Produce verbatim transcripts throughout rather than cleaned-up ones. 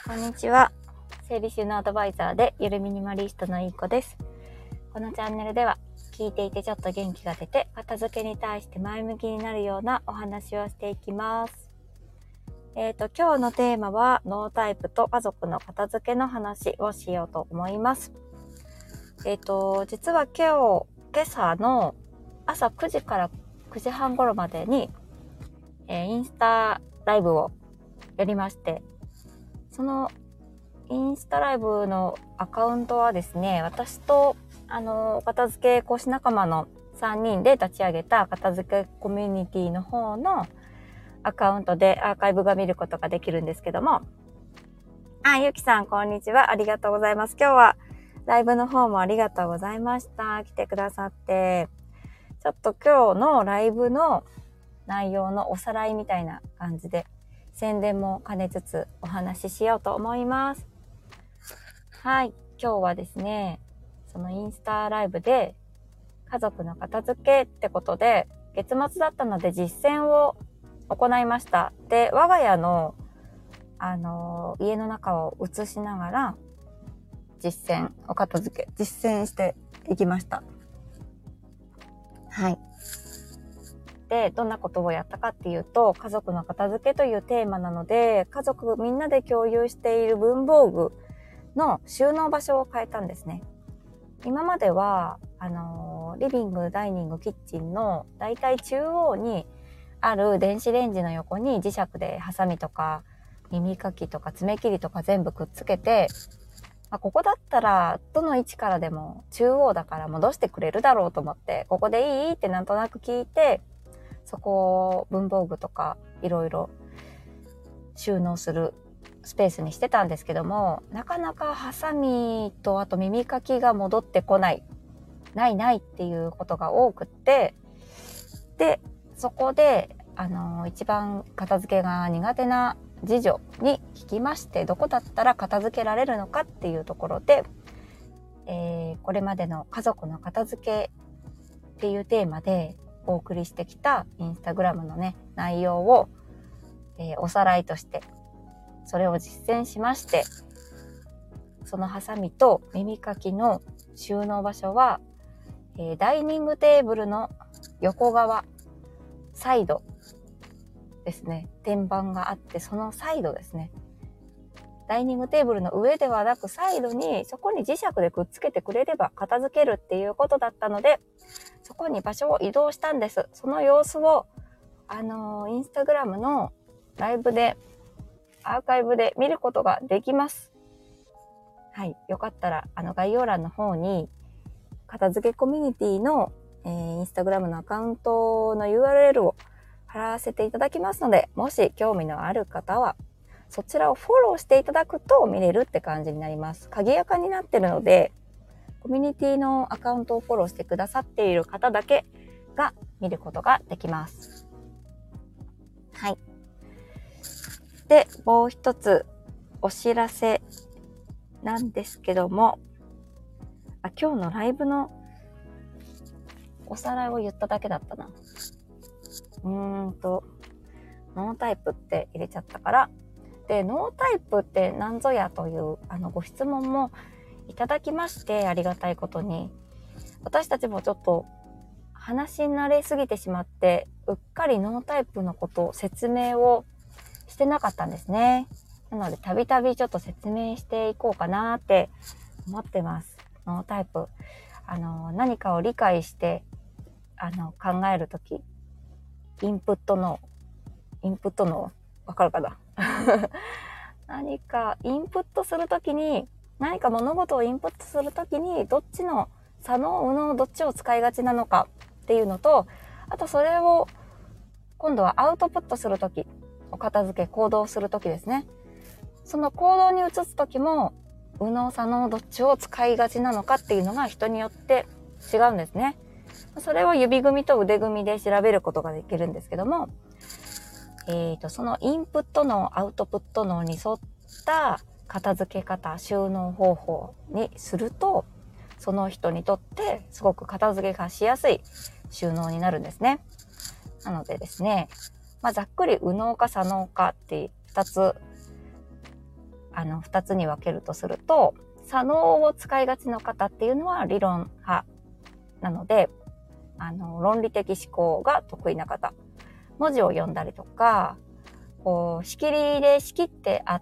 こんにちは。整理収納アドバイザーでゆるミニマリストのいい子です。このチャンネルでは聞いていてちょっと元気が出て片付けに対して前向きになるようなお話をしていきます。えっと今日のテーマはノータイプと家族の片付けの話をしようと思います。えっと実は今日今朝の朝くじからくじはん頃までに、えー、インスタライブをやりまして、そのインスタライブのアカウントはですね、私とあの片付け講師仲間のさんにんで立ち上げた片付けコミュニティの方のアカウントでアーカイブが見ることができるんですけども、あ、ゆきさんこんにちは、ありがとうございます。今日はライブの方もありがとうございました。来てくださって、ちょっと今日のライブの内容のおさらいみたいな感じで宣伝も兼ねつつお話ししようと思います。はい、今日はですね、そのインスタライブで家族の片付けってことで月末だったので実践を行いました。で、我が家のあの家の中を映しながら実践お片付け実践していきました。はい。で、どんなことをやったかっていうと、家族の片付けというテーマなので、家族みんなで共有している文房具の収納場所を変えたんですね。今まではあのリビング、ダイニング、キッチンのだいたい中央にある電子レンジの横に磁石でハサミとか耳かきとか爪切りとか全部くっつけて、まあ、ここだったらどの位置からでも中央だから戻してくれるだろうと思って、ここでいいってなんとなく聞いて、そこを文房具とかいろいろ収納するスペースにしてたんですけども、なかなかハサミとあと耳かきが戻ってこないないないっていうことが多くって、でそこであの一番片付けが苦手な次女に聞きまして、どこだったら片付けられるのかっていうところで、えー、これまでの家族の片付けっていうテーマでお送りしてきたインスタグラムのね内容を、えー、おさらいとしてそれを実践しまして、そのハサミと耳かきの収納場所は、えー、ダイニングテーブルの横側サイドですね。天板があってそのサイドですね。ダイニングテーブルの上ではなくサイドに、そこに磁石でくっつけてくれれば片付けるっていうことだったので、そこに場所を移動したんです。その様子をあのー、インスタグラムのライブでアーカイブで見ることができます。はい、よかったらあの概要欄の方に片付けコミュニティの、えー、インスタグラムのアカウントの ユーアールエル を貼らせていただきますので、もし興味のある方はそちらをフォローしていただくと見れるって感じになります。鍵垢になってるので、コミュニティのアカウントをフォローしてくださっている方だけが見ることができます。はい。で、もう一つお知らせなんですけども、あ、今日のライブのおさらいを言っただけだったな。うーんと、ノータイプって入れちゃったから。で、ノータイプって何ぞやというあのご質問もいただきまして、ありがたいことに。私たちもちょっと話し慣れすぎてしまって、うっかりノータイプのことを説明をしてなかったんですね。なのでたびたびちょっと説明していこうかなって思ってます。ノータイプ、あの何かを理解してあの考えるとき、インプットのインプットのわかるかな何かインプットするときに、何か物事をインプットするときにどっちの左脳右脳どっちを使いがちなのかっていうのと、あとそれを今度はアウトプットするとき、お片付け行動するときですね。その行動に移すときも右脳左脳どっちを使いがちなのかっていうのが人によって違うんですね。それを指組みと腕組みで調べることができるんですけども、えーと、そのインプット脳、アウトプット脳に沿った片付け方、収納方法にすると、その人にとってすごく片付けがしやすい収納になるんですね。なのでですね、まあ、ざっくり右脳か左脳かってふたつあの、二つに分けるとすると、左脳を使いがちの方っていうのは理論派なので、あの、論理的思考が得意な方。文字を読んだりとか、こう、仕切りで仕切ってあって、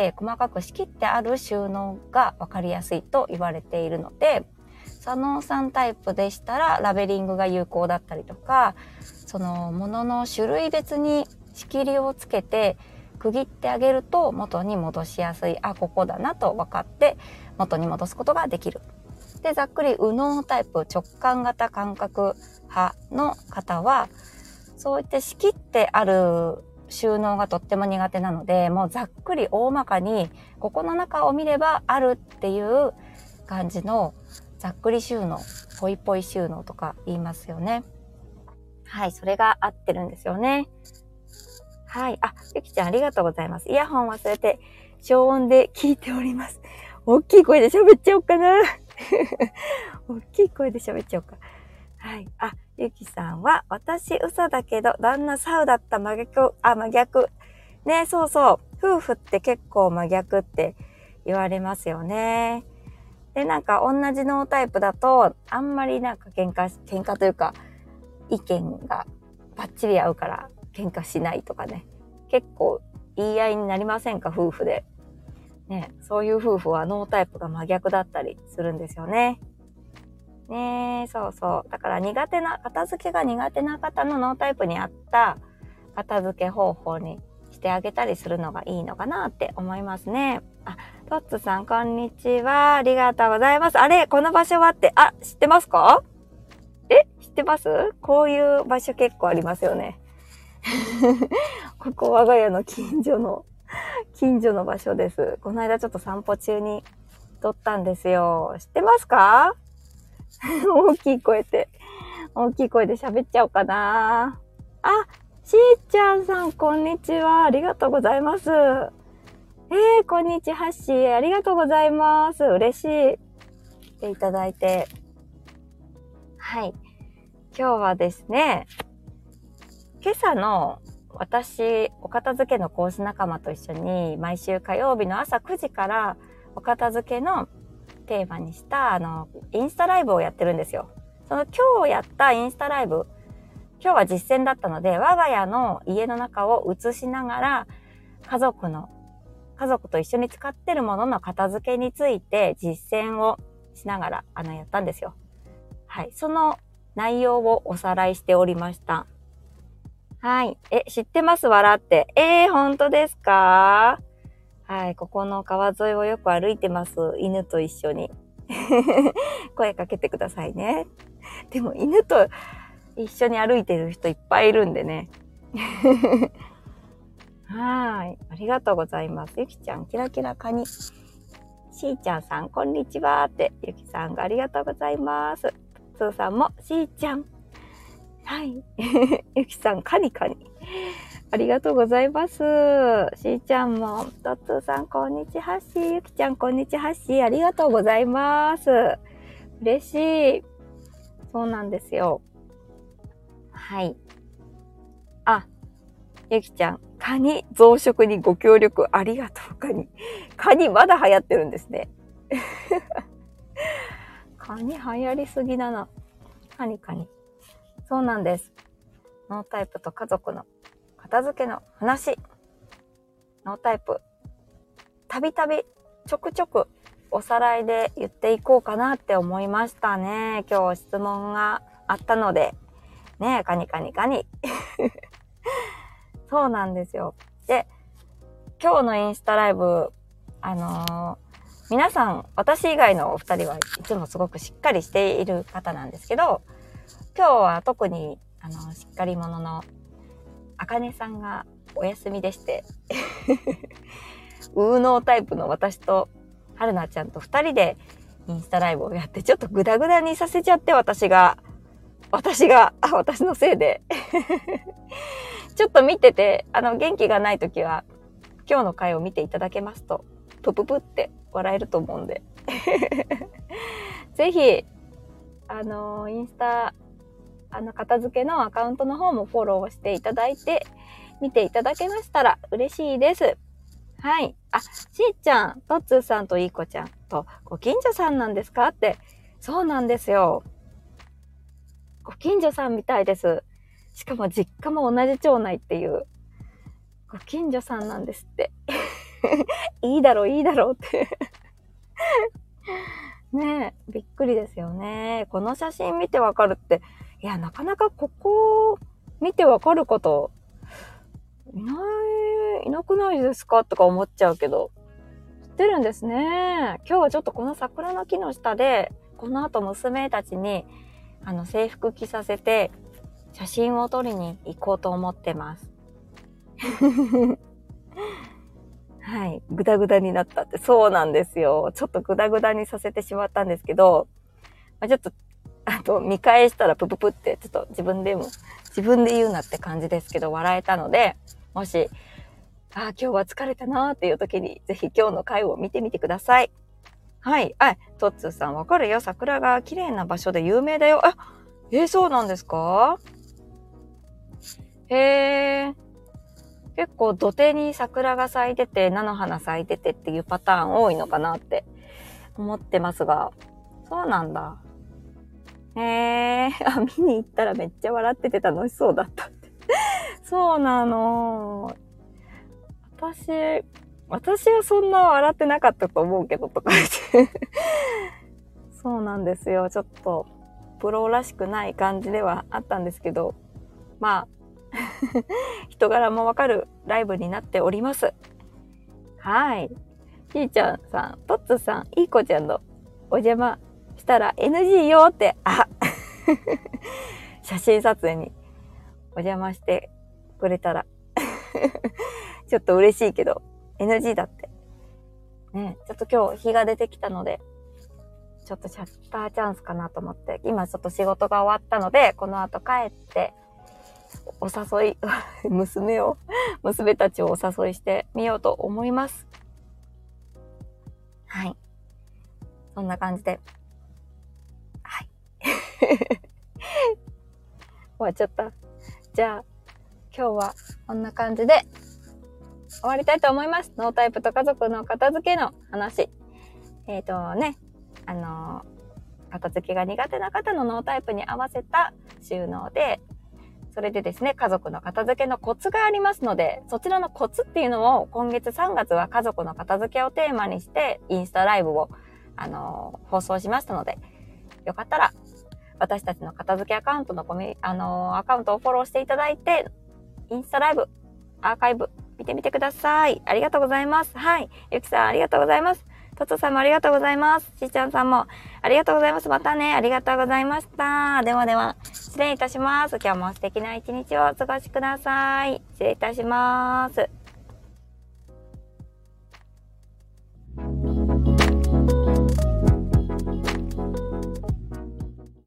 細かく仕切ってある収納が分かりやすいと言われているので、左脳さんタイプでしたらラベリングが有効だったりとか、そのものの種類別に仕切りをつけて区切ってあげると元に戻しやすい。あ、ここだなと分かって元に戻すことができる。で、ざっくり右脳タイプ、直感型感覚派の方は、そういって仕切ってある収納がとっても苦手なので、もうざっくり大まかにここの中を見ればあるっていう感じのざっくり収納、ポイポイ収納とか言いますよね。はい、それが合ってるんですよね。はい、あ、ゆきちゃんありがとうございます。イヤホン忘れて消音で聞いております。大きい声で喋っちゃおうかな。大きい声で喋っちゃおうか。はい。あ、ゆきさんは、私嘘だけど、旦那サウだった真逆、あ、真逆。ね、そうそう。夫婦って結構真逆って言われますよね。で、なんか同じ脳タイプだと、あんまりなんか喧嘩、喧嘩というか、意見がバッチリ合うから喧嘩しないとかね。結構言い合いになりませんか、夫婦で。ね、そういう夫婦は脳タイプが真逆だったりするんですよね。ねえ、そうそう。だから苦手な、片付けが苦手な方の脳タイプに合った片付け方法にしてあげたりするのがいいのかなって思いますね。あ、トッツさん、こんにちは。ありがとうございます。あれ、この場所はって、あ、知ってますか？え、知ってます？こういう場所結構ありますよね。ここ我が家の近所の、近所の場所です。この間ちょっと散歩中に撮ったんですよ。知ってますか？大きい声で、大きい声で喋っちゃおうかな。あ、しーちゃんさん、こんにちは。ありがとうございます。えー、こんにちは、ハッシー。ありがとうございます。嬉しい。来ていただいて。はい。今日はですね、今朝の私、お片付けのコース仲間と一緒に、毎週火曜日の朝くじからお片付けのテーマにしたあのインスタライブをやってるんですよ。その今日やったインスタライブ、今日は実践だったので、我が家の家の中を映しながら家族の家族と一緒に使ってるものの片付けについて実践をしながらあのやったんですよ。はい、その内容をおさらいしておりました。はい、え、知ってます？笑って。えー、本当ですか？はい、ここの川沿いをよく歩いてます。犬と一緒に。声かけてくださいね。でも犬と一緒に歩いてる人いっぱいいるんでね。はい。ありがとうございます。ゆきちゃん、キラキラカニ。しーちゃんさん、こんにちはって。ゆきさんがありがとうございます。つーさんも、しーちゃん。はい。ゆきさん、カニカニ。ありがとうございます。しーちゃんも、とっつーさん、こんにちはっしー。ゆきちゃん、こんにちはっしー。ありがとうございます。嬉しい。そうなんですよ。はい。あ、ゆきちゃん、カニ増殖にご協力ありがとう。カニ。カニまだ流行ってるんですね。カニ流行りすぎだな。カニカニ。そうなんです。ノータイプと家族の片付けの話。ノータイプ。たびたびちょくちょくおさらいで言っていこうかなって思いましたね。今日質問があったので。ねえ、カニカニカニ。そうなんですよ。で、今日のインスタライブ、あのー、皆さん、私以外のお二人はいつもすごくしっかりしている方なんですけど、今日は特に、あの、しっかり者のあかねさんがお休みでして、ウーノータイプの私とはるなちゃんと二人でインスタライブをやって、ちょっとグダグダにさせちゃって、私が、私が、あ、私のせいで。ちょっと見てて、あの、元気がないときは、今日の回を見ていただけますと、プププって笑えると思うんで。ぜひ、あの、インスタ、あの、片付けのアカウントの方もフォローしていただいて、見ていただけましたら嬉しいです。 はい。あ、しーちゃん、とっつーさんといい子ちゃんとご近所さんなんですかって。そうなんですよ。ご近所さんみたいです。しかも実家も同じ町内っていう。ご近所さんなんですって。いいだろう、いいだろうってねえ、びっくりですよね。この写真見てわかるって、いや、なかなかここ見てわかる方、いない、いなくないですかとか思っちゃうけど、知ってるんですね。今日はちょっとこの桜の木の下で、この後娘たちに、あの、制服着させて、写真を撮りに行こうと思ってます。はい。ぐだぐだになったって。そうなんですよ。ちょっとぐだぐだにさせてしまったんですけど、まあ、ちょっと、あと、見返したらプププって、ちょっと自分でも、自分で言うなって感じですけど、笑えたので、もし、ああ、今日は疲れたなーっていう時に、ぜひ今日の回を見てみてください。はい。あ、トッツーさんわかるよ。桜が綺麗な場所で有名だよ。あ、えー、そうなんですか？へえ。結構土手に桜が咲いてて、菜の花咲いててっていうパターン多いのかなって思ってますが。そうなんだ。へえ。あ、見に行ったらめっちゃ笑ってて楽しそうだったって。そうなの。私、私はそんな笑ってなかったと思うけどとか言って。そうなんですよ。ちょっと、プロらしくない感じではあったんですけど、まあ、人柄もわかるライブになっております。はい。ひーちゃんさん、とっつさん、いい子ちゃんのお邪魔したら エヌジー よって、あ写真撮影にお邪魔してくれたらちょっと嬉しいけど エヌジー だってね。ちょっと今日日が出てきたのでちょっとシャッターチャンスかなと思って、今ちょっと仕事が終わったのでこの後帰ってお誘い娘を娘たちをお誘いしてみようと思います。はい、そんな感じではい終わっちゃった。じゃあ今日はこんな感じで終わりたいと思います。ノータイプと家族の片付けの話。えっとね、あのー、片付けが苦手な方のノータイプに合わせた収納で、それでですね、家族の片付けのコツがありますので、そちらのコツっていうのを今月さんがつは家族の片付けをテーマにしてインスタライブを、あのー、放送しましたので、よかったら私たちの片付けアカウントのコミ、あのー、アカウントをフォローしていただいて、インスタライブ、アーカイブ見てみてください。ありがとうございます。はい。ゆきさんありがとうございます。トトさんもありがとうございます。しーちゃんさんもありがとうございます。またね。ありがとうございました。ではでは、失礼いたします。今日も素敵な一日をお過ごしください。失礼いたします。